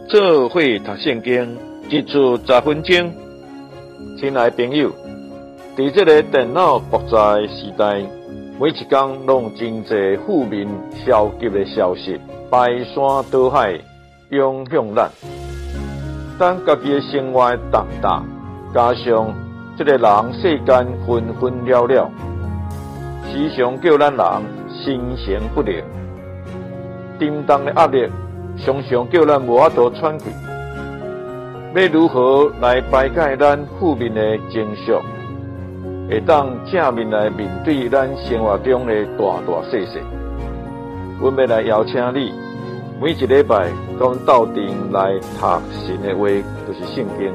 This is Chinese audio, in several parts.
做伙读圣经，一次10分钟。亲爱的朋友，在这个电脑复杂的时代，每一天拢真侪负面消极的消息排山倒海涌向咱。咱家己的生活重大，加上这个人世间纷纷扰扰，时常叫咱人心神不宁。沉重的压力常常叫咱无法度喘气。要如何来排解咱负面的情绪，会当正面来面对咱生活中的大大小小？阮要来邀请你，每一礼拜跟阮斗阵来读神的话，就是圣经。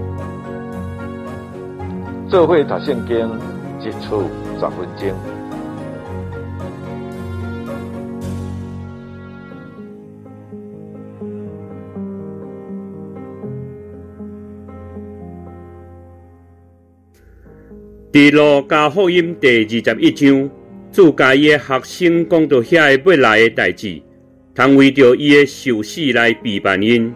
做伙读圣经，一次10分钟。 伫路加福音第21章，主甲伊的学生讲到遐个要来的代志，通为着伊的受死来避万因。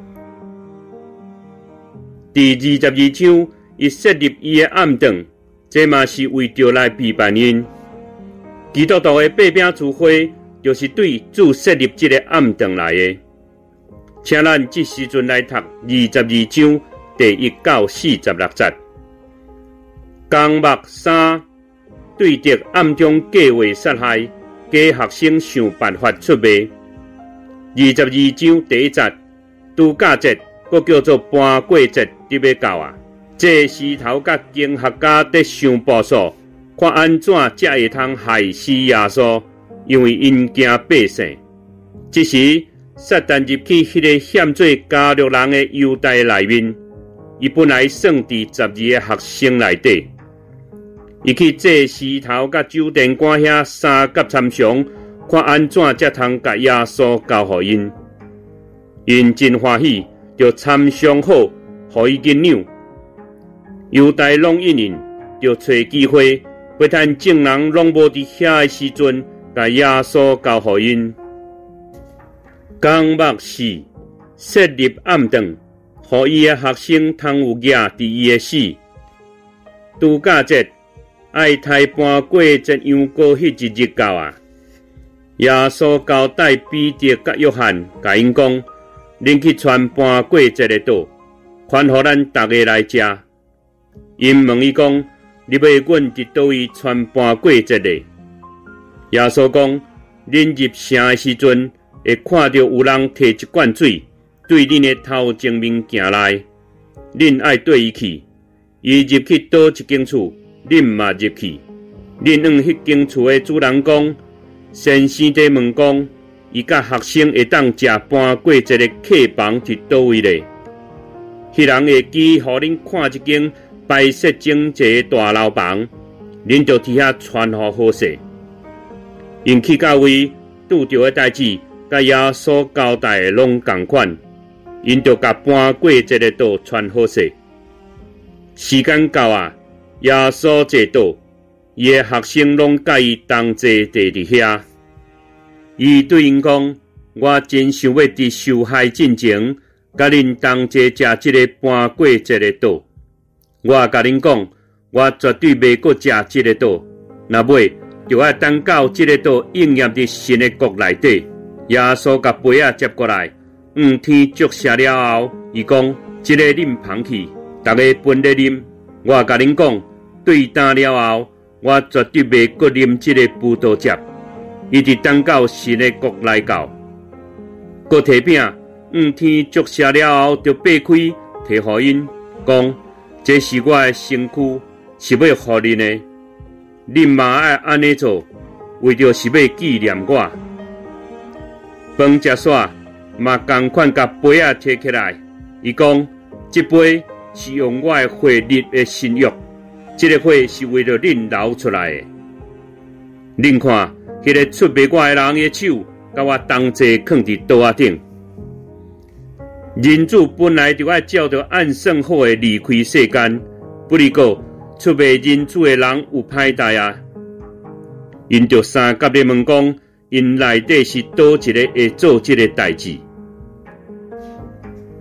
第22章，伊设立伊的暗顿，这嘛是为着来避万因。基督徒的八饼聚会，就是对主设立这个暗顿来的。请咱这时阵来读22章第1到46节。江目3对着暗中计划杀害，假学生想办法出卖。22章第1节，度假节，阁叫做搬过节，你要到啊！这时头甲经学家在想步数，看安怎才会通害死耶稣，因为因惊百姓。这时撒旦入去迄个险做加略人的犹太内面，伊本来算伫12个学生内底。伊去这石头甲酒店馆遐三甲参详，看安怎才通甲耶稣交互因。因真欢喜，就参详好，互伊紧养。犹太拢应允，就找机会，要趁众人拢无伫遐的时阵，甲耶稣交互因。江目4设立暗顿，互伊的学生通有额伫伊的死。度假节。爱太搬过节羊羔迄一日到啊！耶稣交代彼得甲约翰，甲因讲：恁去传搬过节的道，传互咱逐个来食。因问伊讲：你要阮伫倒位传搬过节的？耶稣讲：恁入城的时阵，会看到有人摕一罐水，对恁的头前面行来，恁爱对伊去。伊入去倒一间厝。恁嘛入去，恁向迄间厝的主人讲，先生在问讲，伊甲学生会当食搬过节的客房伫倒位咧？迄人会记互恁看一间白色整齐的大楼房，恁就伫遐传互好势。因去到位，拄着的代志，甲耶稣交代的拢共款，因就甲搬过节的道传好势。时间到啊！耶稣坐倒，伊的学生拢甲伊同坐伫遐。伊对因讲：我真想要伫受害进前，甲恁同齐食即个搬过节的道。我甲恁讲，我绝对袂阁食即个道，若尾就要等到即个道应验伫神的国内底。耶稣甲杯仔接过来，天祝谢了后，伊讲：即个恁捧去，逐个分咧啉。我甲恁讲。对担了后，我绝对袂阁啉这个葡萄汁，一直等到神的国来到。阁摕饼，天祝谢了后，就掰开，摕互因，讲：这是我的身躯，是要互恁的。恁嘛爱安尼做，为着是要纪念我。饭食煞，嘛同款甲杯仔摕起来，伊讲：这杯是用我的血立的新约。这个血是为了恁流出来的。恁看，迄个出卖我的人的手，甲我同齐放伫刀仔顶。人子本来就要照着按算好的离开世间，不离过出卖人子的人有歹代啊！因着三甲咧问讲，因内底是倒一个会做这个代志。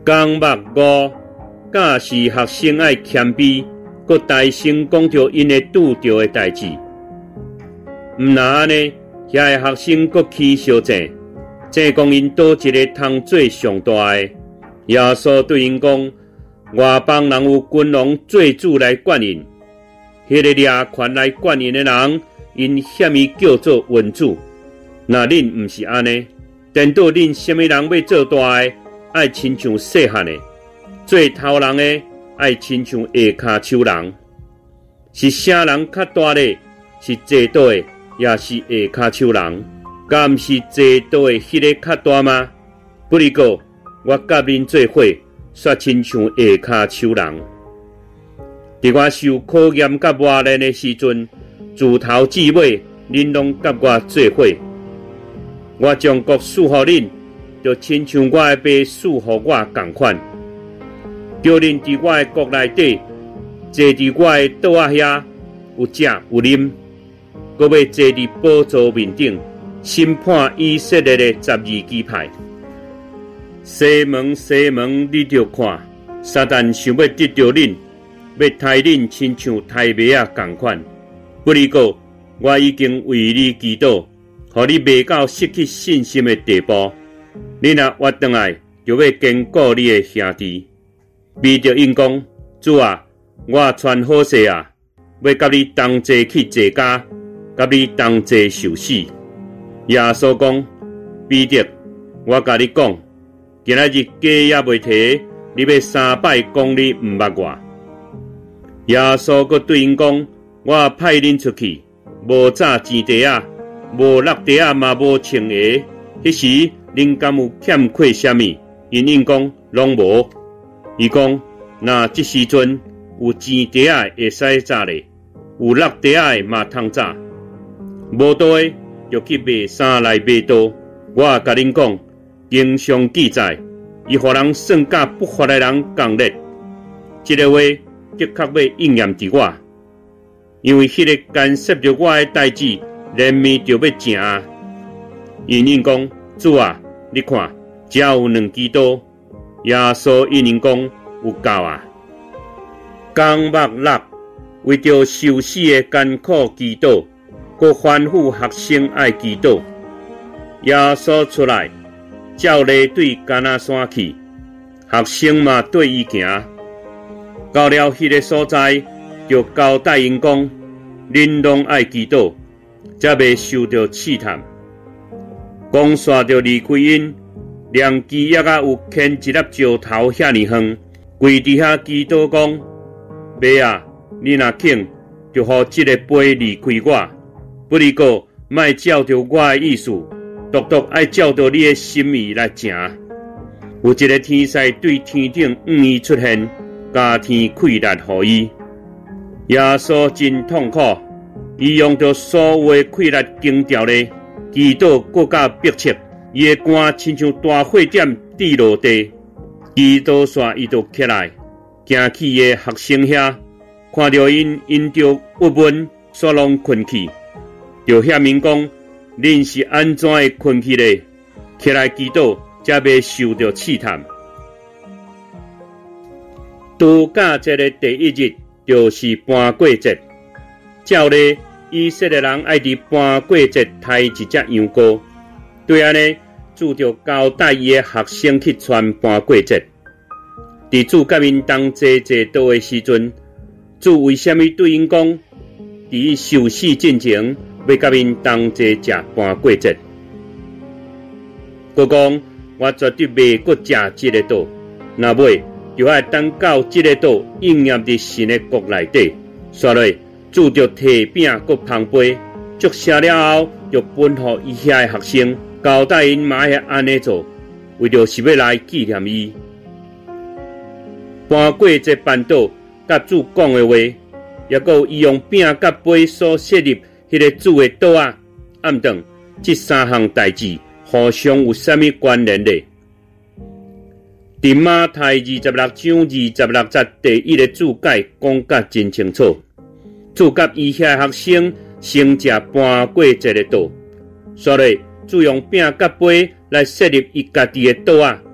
纲目5，教是学生爱谦卑，佮大声讲着因会拄着的代志。毋那安尼，遐个学生佮起相争，争讲因倒一个通做上大的。耶稣对因讲：外邦人有君王做主来管因，迄个掠权来管因的人，因嫌伊叫做君主。那恁毋是安尼，颠倒恁什么人要做大的，爱亲像细汉的；做头人的，爱亲像下骹手人。是啥人较大咧？是坐倒的，也是下骹手人？敢毋是坐倒的迄个较大吗？不哩个，我甲恁做伙，煞亲像下骹手人。伫我受考验甲磨练的时阵，自头至尾，恁拢甲我做伙。我将国赐予恁，就亲像我的爸赐予我同款。叫恁伫我的国内底，坐伫我的桌仔遐，有食有啉，搁要坐伫宝座面顶，审判以色列的12支派。西门，西门，你着看，撒旦想要得着恁，要杀恁亲像杀马仔同款。不哩个，我已经为你祈祷，互你未到失去信心的地步。你若活转来，就要坚固你的兄弟。为着因讲，主啊，我传好势啊，要甲你同齐去坐家，甲你同齐受死。耶稣讲，彼得，我甲你讲，今仔日鸡也未提，你要3摆讲你毋捌我。耶稣阁对因讲，我派恁出去，无炸钱袋啊，无落袋啊，嘛无穿鞋。迄时恁敢有欠缺什么？因应讲，拢无。伊讲，若即时阵有钱袋啊会使炸咧，有落袋啊嘛通炸，无倒的就去卖衫来买刀。我也甲恁讲，经上记载，伊互人算甲不法的人共列。这个话的确要应验伫我，因为迄个干涉着我的代志，连面就要正啊。因应讲，主啊，你看，只有2支刀。耶稣应因讲，有够啊。纲目6，为着受死的艰苦祈祷，搁吩咐学生爱祈祷。耶稣出来，照例对迦拿山去，学生嘛对伊行。到了迄个所在，就交代因讲，恁拢爱祈祷，才袂受到试探。讲煞着离开因。两只鸭仔有牵一粒石头遐尼远，跪伫遐祈祷讲：妈啊，你若肯，就互这个杯离开我，不哩个莫照着我的意思，独独爱照着你的心意来行。有一个天使对天顶伊出现，加天开力互伊。耶稣真痛苦，伊用着所有的开力惊掉咧，祈祷更加迫切。伊的肝亲像大火点滴落地，祈祷煞伊就起来，行去的学生遐，看到因着郁闷，煞拢困去，就遐明讲，恁是安怎会困去咧？起来祈祷，才袂受到试探。度假节的第一日就是搬过节，照例以色列人爱伫搬过节抬一只羊羔。对安尼，主就交代伊的学生去传搬过节。伫主甲因同齐坐倒的时阵，主为虾米对因讲，伫伊受死进前，要甲因同齐食搬过节？佮讲，我绝对袂佮食这个道，若尾就爱等到这个道应验伫神的国内底。煞来，主就摕饼佮捧杯，祝谢了后，就分互伊遐的学生。交代因嘛会安尼做，为着是要来纪念伊。搬过节办桌，甲主讲的话，也有伊用饼甲杯所设立迄个主的桌啊、暗顿，这3项代志互相有啥物关联咧？伫马太26章26节第一个注解讲甲真清楚，主甲伊遐学生先食搬过节的桌，所以主用饼甲杯来设立伊家己的桌啊，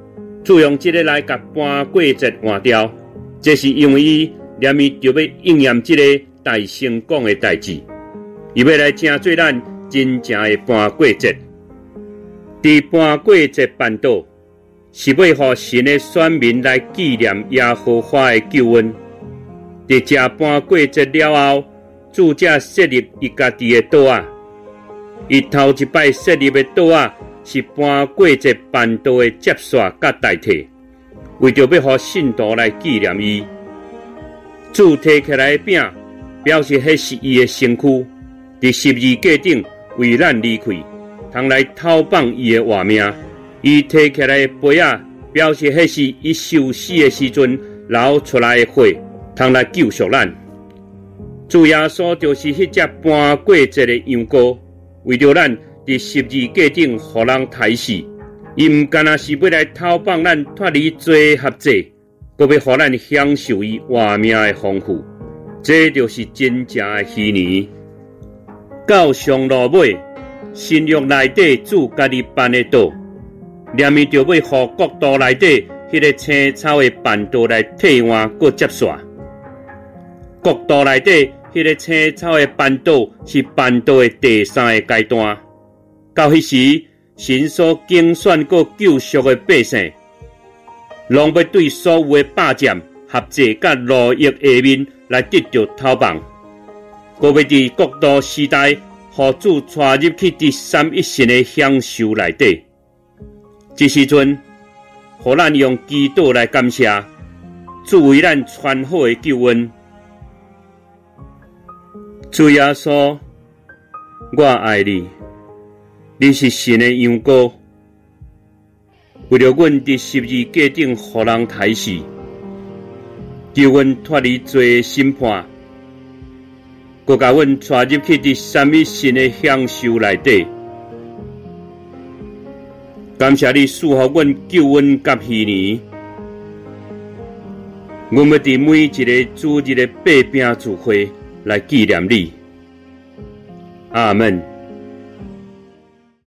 主用这个来甲搬过节换掉，这是因为伊念伊就要应验这个大成讲的代志，伊要来成做咱真正的搬过节。伫搬过节办道，是要互神的选民来纪念耶和华的救恩。伫这搬过节了后，主才设立伊家己的道啊。伊头一摆设立的道啊，是搬过节办道的接续甲代替，为着要互信徒来纪念伊。主摕起来的饼，表示迄是伊的身躯，伫十字架顶为咱离开，通来讨放伊的活命。伊摕起来的杯啊，表示迄是伊受死的时阵流出来的血，通来救赎咱。主耶稣就是迄只搬过节的羊羔，为着咱伫十字架顶互人杀死。伊毋干那是要来讨放咱脱离罪合罪，阁要互咱享受伊活命的丰富。这就是真正的禧年。到上路尾，新约内底主家己办的道，念伊就要互国度内底迄个青草的办道来替换搁接续。国度内底迄个青草的办道是办道的第三个阶段。到迄时，神所竞选搁救赎的百姓，拢要对所有的霸占、合罪甲奴役下面来得到讨放，搁要伫国度时代，互主带入去第三一神的享受内底。这时阵，互咱用祈祷来感谢，主为咱传好的救恩。主耶稣，我爱你，你是神的羊羔，为了阮伫十字架顶互人杀死，救阮脱离罪的审判，搁甲阮带入去第三一神的享受内底。感谢你赐予阮救恩甲禧年，阮要伫每一个主日的八饼聚会来纪念你。阿们。